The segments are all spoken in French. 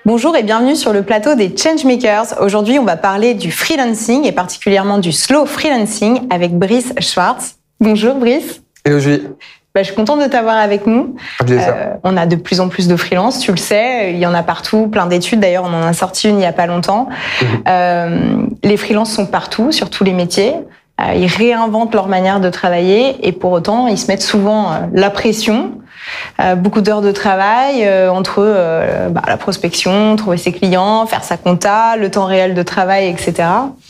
Bonjour et bienvenue sur le plateau des Changemakers. Aujourd'hui, on va parler du freelancing et particulièrement du slow freelancing avec Brice Schwartz. Bonjour Brice. Hello Julie. Je suis contente de t'avoir avec nous. On a de plus en plus de freelance, tu le sais, il y en a partout, plein d'études. D'ailleurs, on en a sorti une il n'y a pas longtemps. Les freelances sont partout, sur tous les métiers. Ils réinventent leur manière de travailler et pour autant, ils se mettent souvent la pression. Beaucoup d'heures de travail entre la prospection, trouver ses clients, faire sa compta, le temps réel de travail, etc.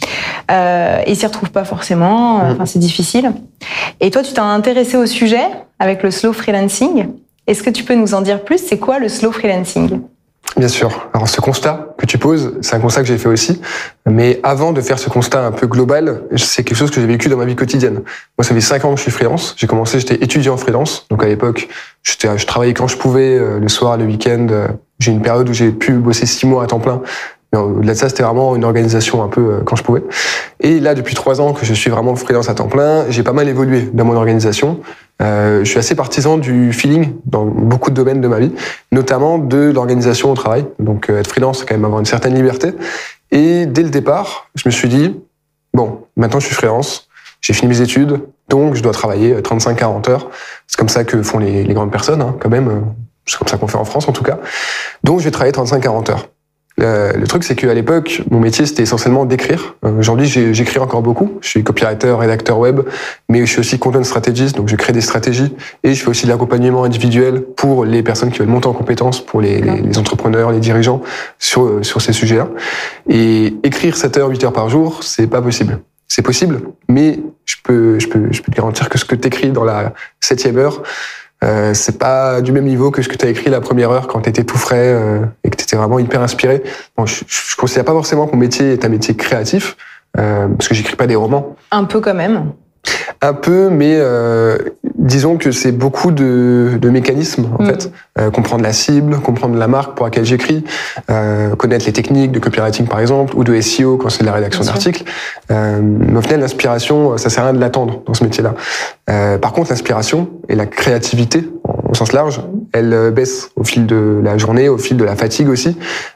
Ils s'y retrouvent pas forcément, c'est difficile. Et toi, tu t'es intéressé au sujet avec le slow freelancing. Est-ce que tu peux nous en dire plus? C'est quoi le slow freelancing? Bien sûr. Alors ce constat que tu poses, c'est un constat que j'ai fait aussi. Mais avant de faire ce constat un peu global, c'est quelque chose que j'ai vécu dans ma vie quotidienne. Moi, ça fait 5 ans que je suis freelance. J'étais étudiant freelance. Donc à l'époque, je travaillais quand je pouvais, le soir, le week-end. J'ai une période où j'ai pu bosser 6 mois à temps plein. Mais au-delà de ça, c'était vraiment une organisation un peu quand je pouvais. Et là, depuis 3 ans que je suis vraiment freelance à temps plein, j'ai pas mal évolué dans mon organisation. Je suis assez partisan du feeling dans beaucoup de domaines de ma vie, notamment de l'organisation au travail. Donc être freelance, c'est quand même avoir une certaine liberté. Et dès le départ, je me suis dit, bon, maintenant je suis freelance, j'ai fini mes études, donc je dois travailler 35-40 heures. C'est comme ça que font les grandes personnes, quand même. C'est comme ça qu'on fait en France, en tout cas. Donc je vais travailler 35-40 heures. Le truc, c'est qu'à l'époque, mon métier, c'était essentiellement d'écrire. Aujourd'hui, j'écris encore beaucoup. Je suis copywriter, rédacteur web, mais je suis aussi content strategist, donc je crée des stratégies. Et je fais aussi de l'accompagnement individuel pour les personnes qui veulent monter en compétences, pour les entrepreneurs, les dirigeants, sur ces sujets-là. Et écrire 7 heures, 8 heures par jour, c'est pas possible. C'est possible, mais je peux te garantir que ce que t'écris dans la 7e heure, c'est pas du même niveau que ce que tu as écrit la première heure quand tu étais tout frais et que tu étais vraiment hyper inspiré. Bon, je considère pas forcément que mon métier est un métier créatif parce que j'écris pas des romans. Un peu quand même. Un peu, mais disons que c'est beaucoup de mécanismes en fait. Comprendre la cible, comprendre la marque pour laquelle j'écris, connaître les techniques de copywriting par exemple ou de SEO quand c'est de la rédaction d'articles. Mais au final, l'inspiration, ça sert à rien de l'attendre dans ce métier-là. Par contre, l'inspiration et la créativité au sens large, elle baisse au fil de la journée, au fil de la fatigue aussi.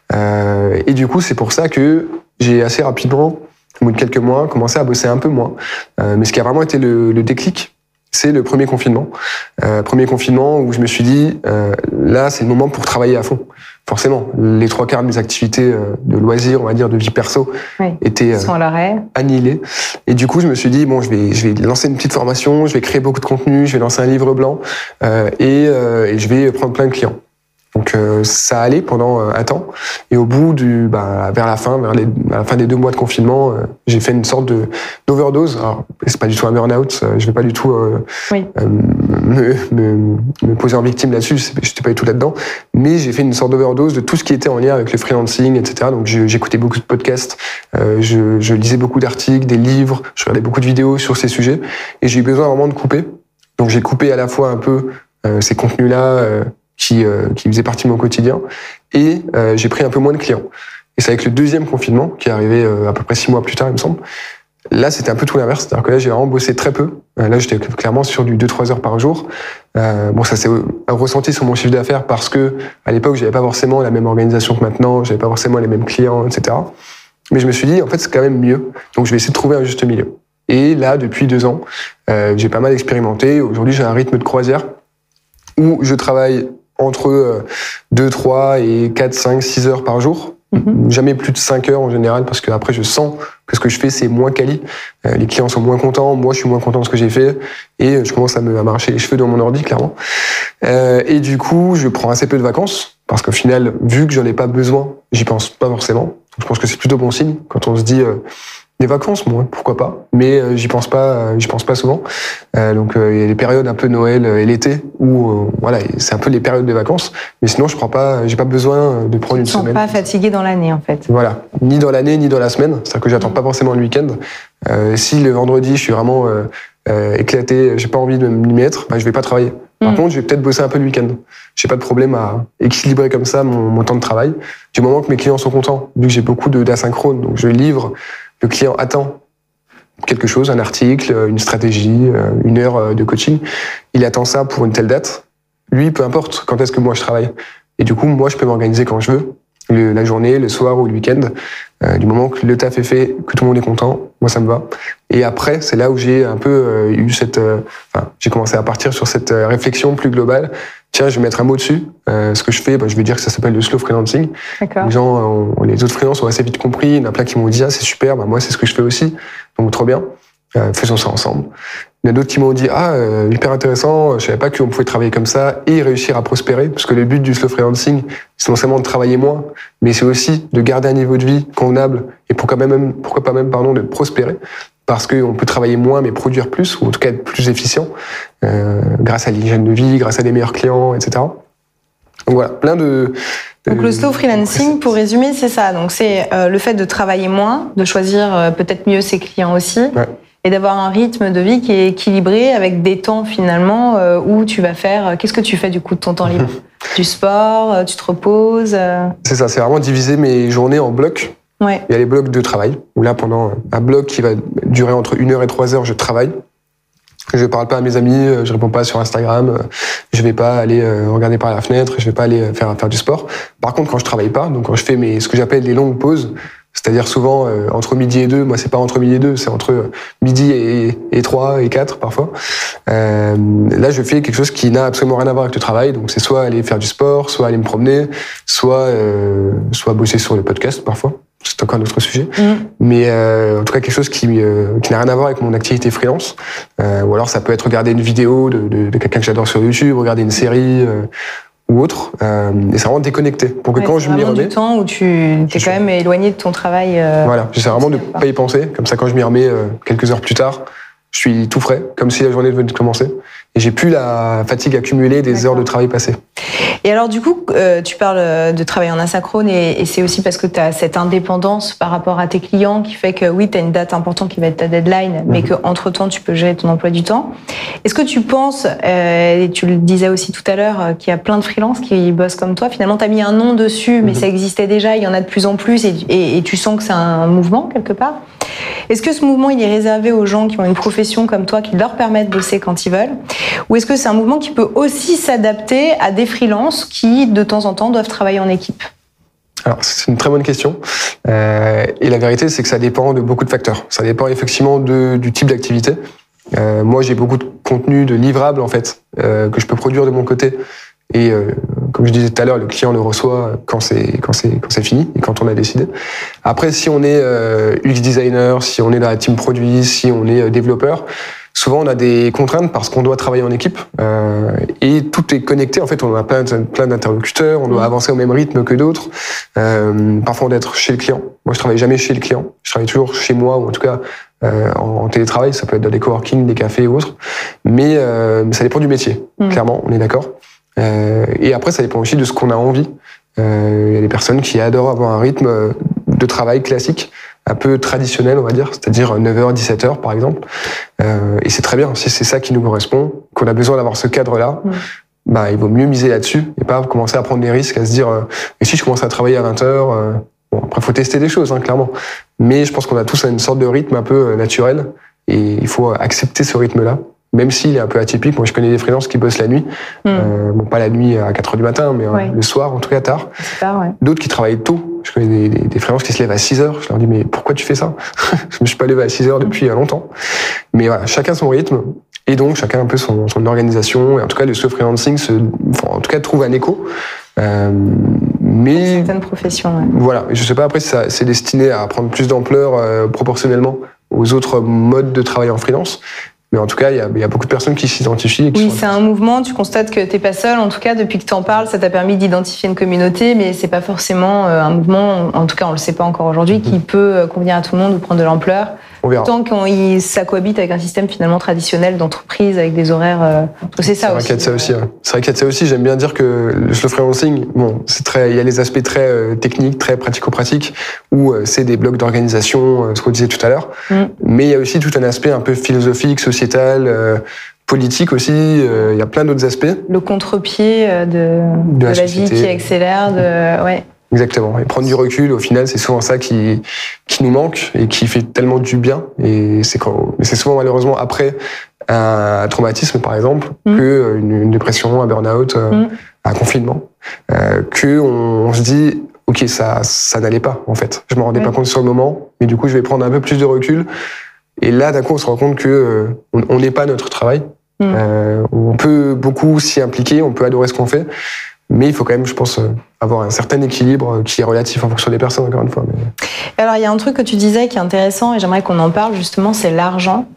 Et du coup, c'est pour ça que j'ai assez rapidement, au bout de quelques mois, commencé à bosser un peu moins. Mais ce qui a vraiment été le déclic, c'est le premier confinement. Premier confinement où je me suis dit, là, c'est le moment pour travailler à fond. Forcément, les 3/4 de mes activités de loisirs, on va dire, de vie perso, étaient annihilées. Et du coup, je me suis dit, bon, je vais lancer une petite formation, je vais créer beaucoup de contenu, je vais lancer un livre blanc et je vais prendre plein de clients. Donc ça allait pendant un temps et au bout vers la fin des 2 mois de confinement, j'ai fait une sorte d'overdose. Alors c'est pas du tout un burn-out, je vais pas du tout me poser en victime là-dessus, j'étais pas du tout là-dedans, mais j'ai fait une sorte d'overdose de tout ce qui était en lien avec le freelancing, etc. Donc j'écoutais beaucoup de podcasts, je lisais beaucoup d'articles, des livres, je regardais beaucoup de vidéos sur ces sujets et j'ai eu besoin vraiment de couper. Donc j'ai coupé à la fois un peu ces contenus-là qui faisait partie de mon quotidien, et j'ai pris un peu moins de clients. Et c'est avec le 2e confinement, qui est arrivé à peu près 6 mois plus tard, il me semble. Là, c'était un peu tout l'inverse, c'est-à-dire que là, j'ai vraiment bossé très peu. Là, j'étais clairement sur du 2-3 heures par jour. Ça s'est ressenti sur mon chiffre d'affaires parce que à l'époque, j'avais pas forcément la même organisation que maintenant, j'avais pas forcément les mêmes clients, etc. Mais je me suis dit, en fait, c'est quand même mieux. Donc, je vais essayer de trouver un juste milieu. Et là, depuis 2 ans, j'ai pas mal expérimenté. Aujourd'hui, j'ai un rythme de croisière où je travaille entre 2, 3 et 4, 5, 6 heures par jour. Jamais plus de 5 heures en général, parce que après je sens que ce que je fais c'est moins quali. Les clients sont moins contents, moi je suis moins content de ce que j'ai fait, et je commence à m'arracher les cheveux dans mon ordi clairement. Et du coup je prends assez peu de vacances, parce qu'au final, vu que j'en ai pas besoin, j'y pense pas forcément. Je pense que c'est plutôt bon signe quand on se dit des vacances, moi, pourquoi pas, mais j'y pense pas souvent. Donc il y a les périodes un peu Noël et l'été où c'est un peu les périodes de vacances, mais sinon j'ai pas besoin de prendre une semaine. Tu ne te sens pas fatigué dans l'année en fait. Voilà, ni dans l'année ni dans la semaine, c'est-à-dire que j'attends pas forcément le week-end. Si le vendredi je suis vraiment éclaté, j'ai pas envie de m'y mettre, je vais pas travailler. Par contre, je vais peut-être bosser un peu le week-end. J'ai pas de problème à équilibrer comme ça mon temps de travail. Du moment que mes clients sont contents, vu que j'ai beaucoup d'asynchrone, donc je livre. Le client attend quelque chose, un article, une stratégie, 1 heure de coaching. Il attend ça pour une telle date. Lui, peu importe quand est-ce que moi je travaille. Et du coup, moi, je peux m'organiser quand je veux. la journée, le soir ou le week-end. Du moment que le taf est fait, que tout le monde est content, moi ça me va. Et après, c'est là où j'ai un peu eu j'ai commencé à partir sur cette réflexion plus globale. Tiens, je vais mettre un mot dessus. Ce que je fais, je vais dire que ça s'appelle le slow freelancing. D'accord. Les autres freelances ont assez vite compris. Il y en a plein qui m'ont dit c'est super, moi c'est ce que je fais aussi. Donc trop bien. Faisons ça ensemble. Il y en a d'autres qui m'ont dit hyper intéressant, je savais pas qu'on pouvait travailler comme ça et réussir à prospérer, parce que le but du slow freelancing, c'est non seulement de travailler moins, mais c'est aussi de garder un niveau de vie convenable et pourquoi pas même de prospérer, parce qu'on peut travailler moins mais produire plus, ou en tout cas être plus efficient, grâce à l'hygiène de vie, grâce à des meilleurs clients, etc. Donc voilà, plein de... Donc le slow freelancing, pour résumer, c'est ça. Donc c'est le fait de travailler moins, de choisir peut-être mieux ses clients aussi. Ouais. Et d'avoir un rythme de vie qui est équilibré avec des temps finalement où tu vas faire... Qu'est-ce que tu fais du coup de ton temps libre? Du sport, tu te reposes C'est ça, c'est vraiment diviser mes journées en blocs. Ouais. Il y a les blocs de travail, où là pendant un bloc qui va durer entre 1 heure et 3 heures, je travaille. Je parle pas à mes amis, je réponds pas sur Instagram, je vais pas aller regarder par la fenêtre, je vais pas aller faire du sport. Par contre, quand je travaille pas, donc quand je fais ce que j'appelle les longues pauses, c'est-à-dire souvent entre midi et 2, moi c'est pas entre midi et 2, c'est entre midi et 3 et 4 parfois. Là je fais quelque chose qui n'a absolument rien à voir avec le travail, donc c'est soit aller faire du sport, soit aller me promener, soit bosser sur le podcast parfois. C'est encore un autre sujet. Mais en tout cas quelque chose qui n'a rien à voir avec mon activité freelance. Ou alors ça peut être regarder une vidéo de quelqu'un que j'adore sur YouTube, regarder une série ou autre. Et c'est vraiment déconnecté. Pour que quand je m'y remets... du temps où tu es quand même éloigné de ton travail. Voilà, j'essaie vraiment de pas y penser. Comme ça, quand je m'y remets quelques heures plus tard, je suis tout frais, comme si la journée venait de commencer. Et j'ai plus la fatigue accumulée des heures de travail passées. Et alors du coup, tu parles de travail en asynchrone et c'est aussi parce que tu as cette indépendance par rapport à tes clients qui fait que oui, tu as une date importante qui va être ta deadline, mais qu'entre-temps, tu peux gérer ton emploi du temps. Est-ce que tu penses, et tu le disais aussi tout à l'heure, qu'il y a plein de freelances qui bossent comme toi, finalement tu as mis un nom dessus, mais ça existait déjà, il y en a de plus en plus et tu sens que c'est un mouvement quelque part. Est-ce que ce mouvement il est réservé aux gens qui ont une profession comme toi qui leur permet de bosser quand ils veulent? Ou est-ce que c'est un mouvement qui peut aussi s'adapter à des freelances qui, de temps en temps, doivent travailler en équipe? Alors, c'est une très bonne question. Et la vérité, c'est que ça dépend de beaucoup de facteurs. Ça dépend effectivement du type d'activité. Moi, j'ai beaucoup de contenu, de livrables, en fait, que je peux produire de mon côté. Et comme je disais tout à l'heure, le client le reçoit quand c'est fini et quand on a décidé. Après, si on est UX designer, si on est dans la team produit, si on est développeur, souvent on a des contraintes parce qu'on doit travailler en équipe et tout est connecté. En fait, on a plein d'interlocuteurs, on doit avancer au même rythme que d'autres. Parfois, on doit être chez le client. Moi, je travaille jamais chez le client. Je travaille toujours chez moi ou en tout cas en télétravail. Ça peut être dans des coworking, des cafés ou autres. Mais ça dépend du métier. Clairement, on est d'accord. Et après, ça dépend aussi de ce qu'on a envie. Il y a des personnes qui adorent avoir un rythme de travail classique, un peu traditionnel, on va dire, c'est-à-dire 9h, 17h, par exemple. Et c'est très bien. Si c'est ça qui nous correspond, qu'on a besoin d'avoir ce cadre-là, il vaut mieux miser là-dessus et pas commencer à prendre des risques, à se dire, et si je commence à travailler à 20h, bon, après, faut tester des choses, clairement. Mais je pense qu'on a tous une sorte de rythme un peu naturel et il faut accepter ce rythme-là. Même s'il est un peu atypique. Moi, je connais des freelances qui bossent la nuit. Bon, pas la nuit à 4h du matin, mais le soir, en tout cas tard. Tard, ouais. D'autres qui travaillent tôt. Je connais des freelances qui se lèvent à 6h. Je leur dis, mais pourquoi tu fais ça? Je me suis pas levé à 6h depuis longtemps. Mais voilà, chacun son rythme. Et donc, chacun un peu son organisation. Et en tout cas, le slow freelancing en tout cas, trouve un écho. Mais certaines professions, ouais. Voilà. Je sais pas après si ça c'est destiné à prendre plus d'ampleur proportionnellement aux autres modes de travail en freelance. Mais en tout cas, il y a beaucoup de personnes qui s'identifient. Oui, c'est un mouvement. Tu constates que t'es pas seul. En tout cas, depuis que t'en parles, ça t'a permis d'identifier une communauté, mais c'est pas forcément un mouvement. En tout cas, on le sait pas encore aujourd'hui, qui peut convenir à tout le monde ou prendre de l'ampleur. On verra. Tant quand ça cohabite avec un système finalement traditionnel d'entreprise, avec des horaires. C'est ça aussi. C'est vrai qu'il y a de ça aussi. J'aime bien dire que le slow freelancing, bon, il y a les aspects très techniques, très pratico-pratiques, où c'est des blocs d'organisation, ce qu'on disait tout à l'heure. Mais il y a aussi tout un aspect un peu philosophique, sociétal, politique aussi. Il y a plein d'autres aspects. Le contre-pied de la vie qui accélère. Ouais. Exactement. Et prendre du recul, au final, c'est souvent ça qui nous manque et qui fait tellement du bien. Et c'est souvent malheureusement après un traumatisme, par exemple, que une dépression, un burn-out, un confinement, que on se dit ok, ça n'allait pas, en fait. Je m'en rendais pas compte sur le moment, mais du coup, je vais prendre un peu plus de recul. Et là, d'un coup, on se rend compte que on n'est pas notre travail. On peut beaucoup s'y impliquer, on peut adorer ce qu'on fait, mais il faut quand même, je pense, avoir un certain équilibre qui est relatif en fonction des personnes, encore une fois. Mais... Alors, il y a un truc que tu disais qui est intéressant, et j'aimerais qu'on en parle, justement, c'est l'argent.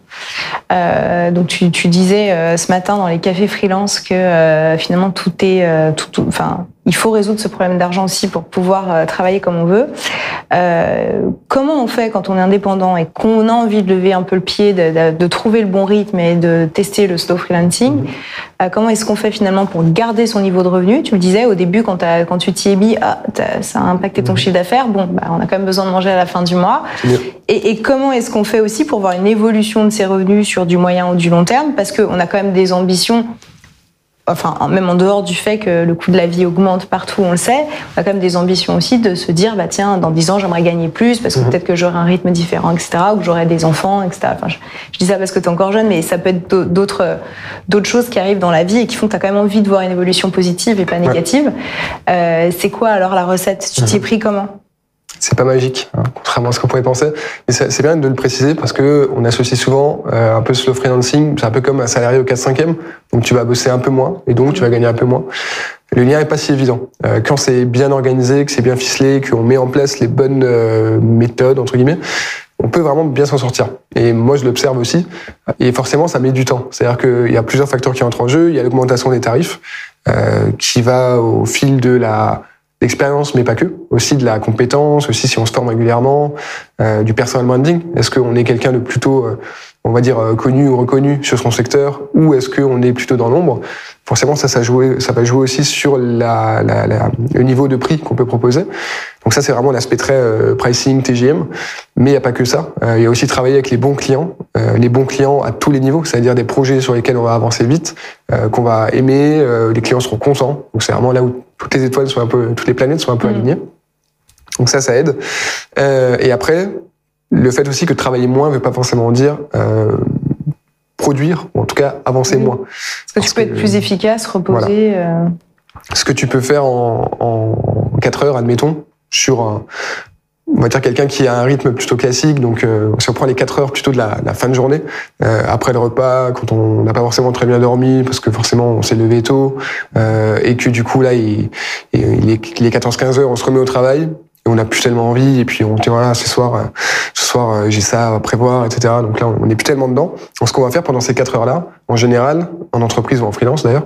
Donc tu disais ce matin dans les cafés freelance que finalement tout est enfin il faut résoudre ce problème d'argent aussi pour pouvoir travailler comme on veut. Comment on fait quand on est indépendant et qu'on a envie de lever un peu le pied, de trouver le bon rythme et de tester le slow freelancing? Comment est-ce qu'on fait finalement pour garder son niveau de revenu? Tu me disais au début quand tu t'y es mis, ça a impacté ton chiffre d'affaires. Bon, on a quand même besoin de manger à la fin du mois. Et comment est-ce qu'on fait aussi pour voir une évolution de ses revenus sur du moyen ou du long terme? Parce qu'on a quand même des ambitions, enfin, même en dehors du fait que le coût de la vie augmente partout, on le sait, on a quand même des ambitions aussi de se dire, bah tiens, dans 10 ans, j'aimerais gagner plus parce que peut-être que j'aurai un rythme différent, etc., ou que j'aurai des enfants, etc. Enfin, je dis ça parce que tu es encore jeune, mais ça peut être d'autres choses qui arrivent dans la vie et qui font que tu as quand même envie de voir une évolution positive et pas négative. C'est quoi alors la recette? Tu t'y es pris comment? C'est pas magique, hein, contrairement à ce qu'on pourrait penser. Mais c'est bien de le préciser parce que on associe souvent un peu slow freelancing, c'est un peu comme un salarié au 4/5e. Donc tu vas bosser un peu moins et donc tu vas gagner un peu moins. Le lien est pas si évident. Quand c'est bien organisé, que c'est bien ficelé, qu'on met en place les bonnes méthodes entre guillemets, on peut vraiment bien s'en sortir. Et moi, je l'observe aussi. Et forcément, ça met du temps. C'est-à-dire qu'il y a plusieurs facteurs qui entrent en jeu. Il y a l'augmentation des tarifs qui va au fil de l'expérience, mais pas que, aussi de la compétence, aussi si on se forme régulièrement, du personal branding. Est-ce qu'on est quelqu'un de plutôt, on va dire, connu ou reconnu sur son secteur, ou est-ce qu'on est plutôt dans l'ombre? Forcément, ça va jouer aussi sur le niveau de prix qu'on peut proposer. Donc ça, c'est vraiment l'aspect très pricing, TGM. Mais il n'y a pas que ça. Il y a aussi travailler avec les bons clients à tous les niveaux, c'est-à-dire des projets sur lesquels on va avancer vite, qu'on va aimer, les clients seront contents. Donc c'est vraiment là où toutes les étoiles toutes les planètes sont un peu alignées. Donc ça aide. Et après, le fait aussi que travailler moins ne veut pas forcément dire produire, ou en tout cas avancer moins. Parce que tu peux être plus efficace, reposer. Voilà. Ce que tu peux faire en 4 heures, admettons, sur on va dire quelqu'un qui a un rythme plutôt classique, donc si on prend les 4 heures plutôt de la fin de journée, après le repas, quand on n'a pas forcément très bien dormi, parce que forcément on s'est levé tôt, et que du coup là, il est 14-15 heures, on se remet au travail, et on n'a plus tellement envie, et puis on dit voilà, ce soir j'ai ça à prévoir, etc. Donc là, on n'est plus tellement dedans. Donc ce qu'on va faire pendant ces 4 heures-là, en général, en entreprise ou en freelance d'ailleurs,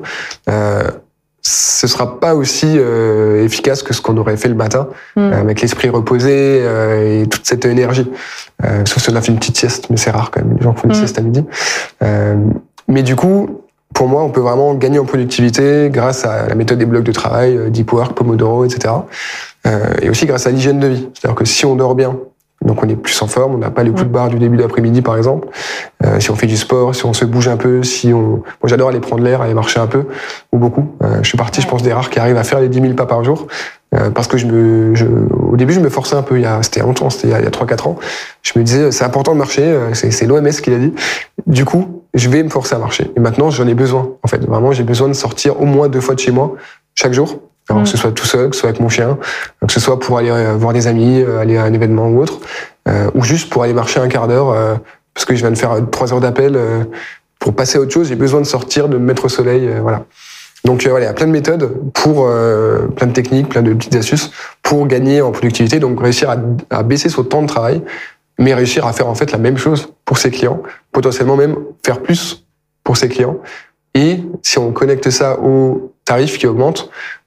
ce sera pas aussi efficace que ce qu'on aurait fait le matin, avec l'esprit reposé et toute cette énergie. Sauf si on a fait une petite sieste, mais c'est rare quand même, les gens font une sieste à midi. Mais du coup, pour moi, on peut vraiment gagner en productivité grâce à la méthode des blocs de travail, Deep Work, Pomodoro, etc. Et aussi grâce à l'hygiène de vie. C'est-à-dire que si on dort bien, donc on est plus en forme, on n'a pas les coups de barre du début d'après-midi par exemple. Si on fait du sport, si on se bouge un peu, moi j'adore aller prendre l'air, aller marcher un peu, ou beaucoup. Je suis parti, je pense, des rares qui arrivent à faire les 10 000 pas par jour. Parce que au début je me forçais un peu, c'était longtemps, c'était il y a 3-4 ans. Je me disais, c'est important de marcher, c'est l'OMS qui l'a dit. Du coup, je vais me forcer à marcher. Et maintenant, j'en ai besoin, en fait. Vraiment, j'ai besoin de sortir au moins 2 fois de chez moi, chaque jour. Alors, que ce soit tout seul, que ce soit avec mon chien, que ce soit pour aller voir des amis, aller à un événement ou autre, ou juste pour aller marcher un quart d'heure, parce que je viens de faire 3 heures d'appel, pour passer à autre chose, j'ai besoin de sortir, de me mettre au soleil, voilà. Donc voilà, il y a plein de méthodes plein de techniques, plein de petites astuces pour gagner en productivité, donc réussir à baisser son temps de travail, mais réussir à faire en fait la même chose pour ses clients, potentiellement même faire plus pour ses clients. Et si on connecte ça aux tarifs qui augmentent,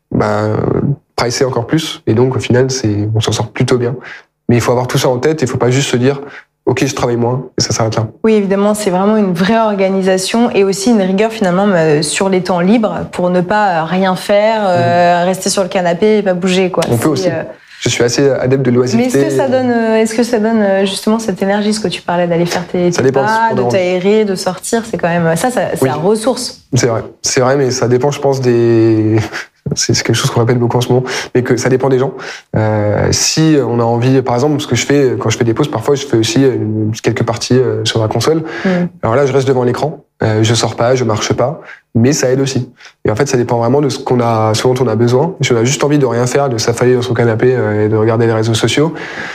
pricer encore plus, et donc au final on s'en sort plutôt bien. Mais il faut avoir tout ça en tête, il faut pas juste se dire ok, je travaille moins, et ça s'arrête là. Oui, évidemment, c'est vraiment une vraie organisation et aussi une rigueur finalement sur les temps libres pour ne pas rien faire, rester sur le canapé et pas bouger, quoi. On peut aussi. Je suis assez adepte de l'oisiveté. Mais est-ce que ça donne justement cette énergie, ce que tu parlais d'aller faire tes pas, de t'aérer, de sortir, c'est quand même c'est la ressource. C'est vrai, mais ça dépend, je pense, c'est quelque chose qu'on répète beaucoup en ce moment, mais que ça dépend des gens. Si on a envie, par exemple, ce que je fais quand je fais des pauses, parfois je fais aussi quelques parties sur la console. Alors là, je reste devant l'écran. je sors pas, je marche pas, mais ça aide aussi. Et en fait, ça dépend vraiment de ce dont on a besoin. Si on a juste envie de rien faire, de s'affaler dans son canapé et de regarder les réseaux sociaux,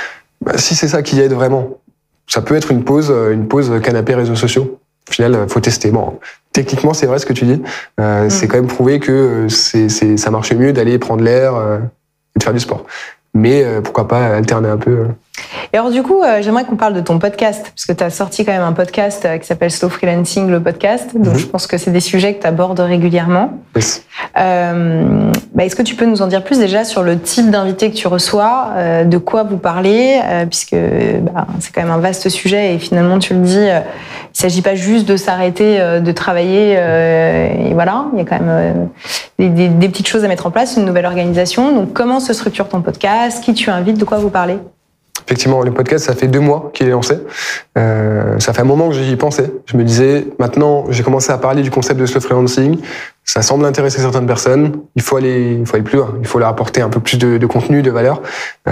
si c'est ça qui aide vraiment, ça peut être une pause canapé réseaux sociaux. Au final, faut tester. Bon, techniquement, c'est vrai ce que tu dis. C'est quand même prouvé que ça marche mieux d'aller prendre l'air et de faire du sport. Mais pourquoi pas alterner un peu. Et alors du coup, j'aimerais qu'on parle de ton podcast, parce que tu as sorti quand même un podcast qui s'appelle Slow Freelancing, le podcast. Donc je pense que c'est des sujets que tu abordes régulièrement. Yes. Est-ce que tu peux nous en dire plus déjà sur le type d'invité que tu reçois, de quoi vous parlez, puisque c'est quand même un vaste sujet et finalement tu le dis, il s'agit pas juste de s'arrêter de travailler et voilà, il y a quand même des petites choses à mettre en place, une nouvelle organisation. Donc comment se structure ton podcast, qui tu invites, de quoi vous parlez? Effectivement, le podcast, ça fait 2 mois qu'il est lancé. Ça fait un moment que j'y pensais. Je me disais, maintenant, j'ai commencé à parler du concept de slow freelancing. Ça semble intéresser certaines personnes. Il faut aller plus loin. Il faut leur apporter un peu plus de contenu, de valeur.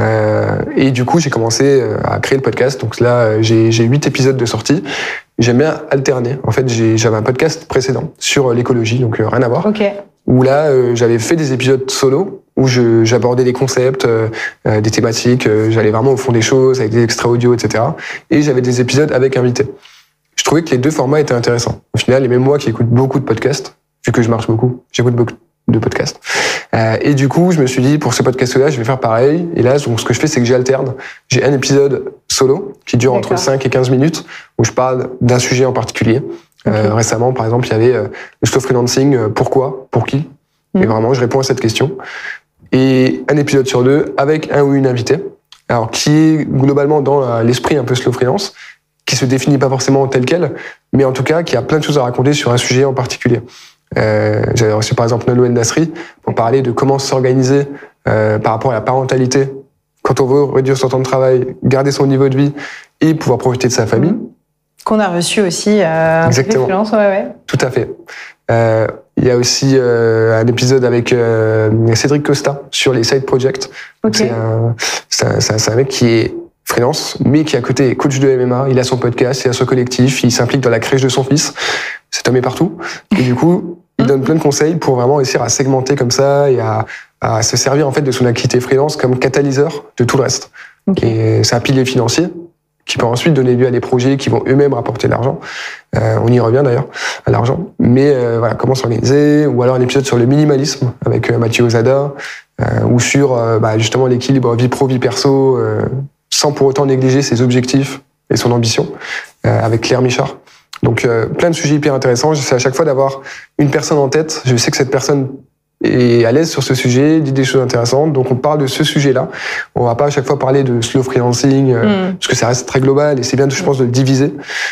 Et du coup, j'ai commencé à créer le podcast. Donc là, j'ai 8 épisodes de sortie. J'aime bien alterner. En fait, j'avais un podcast précédent sur l'écologie, donc rien à voir. Okay. Où là, j'avais fait des épisodes solo où j'abordais des concepts, des thématiques, j'allais vraiment au fond des choses avec des extraits audio, etc. Et j'avais des épisodes avec invités. Je trouvais que les 2 formats étaient intéressants. Au final, et même moi qui écoute beaucoup de podcasts, vu que je marche beaucoup, j'écoute beaucoup de podcasts. Et du coup, je me suis dit, pour ce podcast-là, je vais faire pareil. Et là, donc, ce que je fais, c'est que j'alterne. J'ai un épisode solo qui dure entre 5 et 15 minutes où je parle d'un sujet en particulier. Okay. Récemment, par exemple, il y avait le slow freelancing, pourquoi, pour qui. Et vraiment, je réponds à cette question. Et un épisode sur 2 avec un ou une invitée. Alors, qui est globalement dans l'esprit un peu slow freelance, qui se définit pas forcément tel quel, mais en tout cas, qui a plein de choses à raconter sur un sujet en particulier. J'avais reçu par exemple Nolwenn Nasri pour parler de comment s'organiser par rapport à la parentalité quand on veut réduire son temps de travail, garder son niveau de vie et pouvoir profiter de sa famille. Qu'on a reçu aussi Exactement. Freelance, ouais. Tout à fait. Il y a aussi un épisode avec Cédric Costa sur les side projects. Okay. C'est un mec qui est freelance, mais qui à côté est coach de MMA. Il a son podcast, il a son collectif, il s'implique dans la crèche de son fils. Cet homme est partout. Et du coup, il donne plein de conseils pour vraiment réussir à segmenter comme ça et à se servir en fait de son activité freelance comme catalyseur de tout le reste. Okay. Et c'est un pilier financier qui peut ensuite donner lieu à des projets qui vont eux-mêmes rapporter de l'argent. On y revient d'ailleurs, à l'argent. Mais voilà, comment s'organiser, ou alors un épisode sur le minimalisme avec Mathieu Ozada, ou sur justement l'équilibre vie pro, vie perso, sans pour autant négliger ses objectifs et son ambition, avec Claire Michard. Donc plein de sujets hyper intéressants. J'essaie à chaque fois d'avoir une personne en tête. Je sais que cette personne est à l'aise sur ce sujet, dit des choses intéressantes. Donc on parle de ce sujet-là. On va pas à chaque fois parler de slow freelancing, parce que ça reste très global et c'est bien, je pense, de le diviser.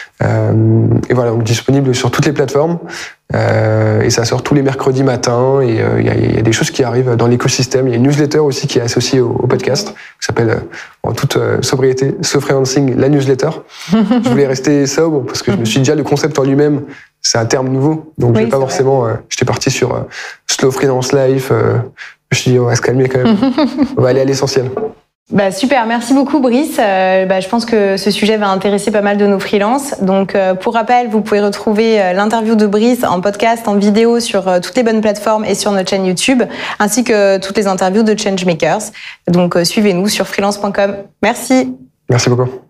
Et voilà, donc disponible sur toutes les plateformes. Et ça sort tous les mercredis matins. Et il y a des choses qui arrivent dans l'écosystème. Il y a une newsletter aussi qui est associée au podcast, qui s'appelle en toute sobriété, Slow Freelancing, la newsletter. Je voulais rester sobre parce que je me suis dit déjà le concept en lui-même, c'est un terme nouveau. Donc j'ai pas forcément. J'étais parti sur Slow Freelance Life. Je me suis dit on va se calmer quand même. On va aller à l'essentiel. Super, merci beaucoup Brice. Je pense que ce sujet va intéresser pas mal de nos freelances. Donc pour rappel, vous pouvez retrouver l'interview de Brice en podcast, en vidéo sur toutes les bonnes plateformes et sur notre chaîne YouTube, ainsi que toutes les interviews de Changemakers. Donc suivez-nous sur freelance.com. Merci. Merci beaucoup.